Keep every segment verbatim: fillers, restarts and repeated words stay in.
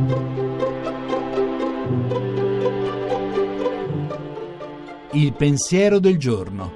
Il pensiero del giorno.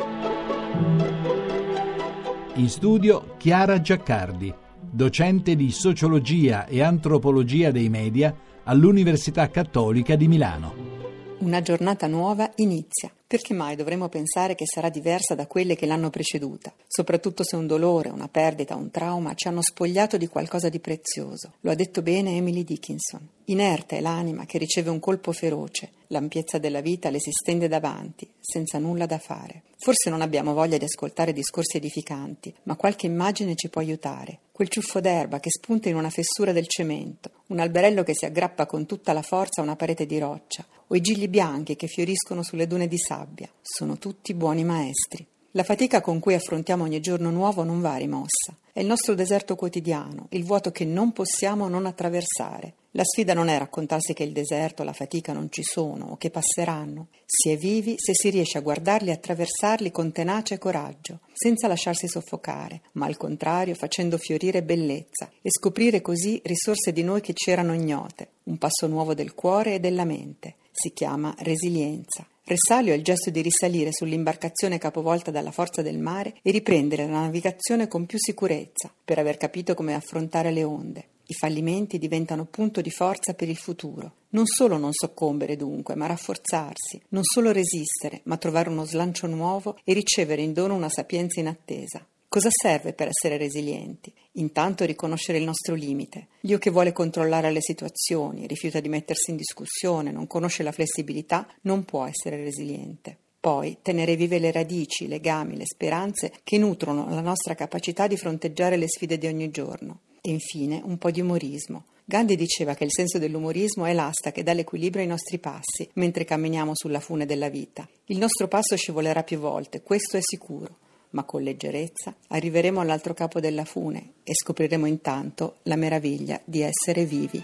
In studio Chiara Giaccardi, docente di sociologia e antropologia dei media all'Università Cattolica di Milano. Una giornata nuova inizia. Perché mai dovremmo pensare che sarà diversa da quelle che l'hanno preceduta? Soprattutto se un dolore, una perdita, un trauma ci hanno spogliato di qualcosa di prezioso. Lo ha detto bene Emily Dickinson. Inerte è l'anima che riceve un colpo feroce. L'ampiezza della vita le si stende davanti, senza nulla da fare. Forse non abbiamo voglia di ascoltare discorsi edificanti, ma qualche immagine ci può aiutare. Quel ciuffo d'erba che spunta in una fessura del cemento, un alberello che si aggrappa con tutta la forza a una parete di roccia, o i gigli bianchi che fioriscono sulle dune di sabbia. Sono tutti buoni maestri. La fatica con cui affrontiamo ogni giorno nuovo non va rimossa. È il nostro deserto quotidiano, il vuoto che non possiamo non attraversare. La sfida non è raccontarsi che il deserto, la fatica non ci sono o che passeranno. Si è vivi se si riesce a guardarli e attraversarli con tenacia e coraggio, senza lasciarsi soffocare, ma al contrario facendo fiorire bellezza e scoprire così risorse di noi che c'erano ignote. Un passo nuovo del cuore e della mente. Si chiama resilienza. Ressalio è il gesto di risalire sull'imbarcazione capovolta dalla forza del mare e riprendere la navigazione con più sicurezza, per aver capito come affrontare le onde. I fallimenti diventano punto di forza per il futuro. Non solo non soccombere dunque, ma rafforzarsi. Non solo resistere, ma trovare uno slancio nuovo e ricevere in dono una sapienza inattesa. Cosa serve per essere resilienti? Intanto riconoscere il nostro limite. Dio che vuole controllare le situazioni, rifiuta di mettersi in discussione, non conosce la flessibilità, non può essere resiliente. Poi tenere vive le radici, i legami, le speranze che nutrono la nostra capacità di fronteggiare le sfide di ogni giorno. E infine un po' di umorismo. Gandhi diceva che il senso dell'umorismo è l'asta che dà l'equilibrio ai nostri passi mentre camminiamo sulla fune della vita. Il nostro passo scivolerà più volte, questo è sicuro. Ma con leggerezza arriveremo all'altro capo della fune e scopriremo intanto la meraviglia di essere vivi.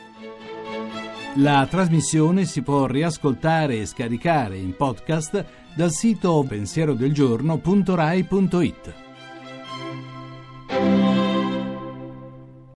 La trasmissione si può riascoltare e scaricare in podcast dal sito pensierodelgiorno punto rai punto it.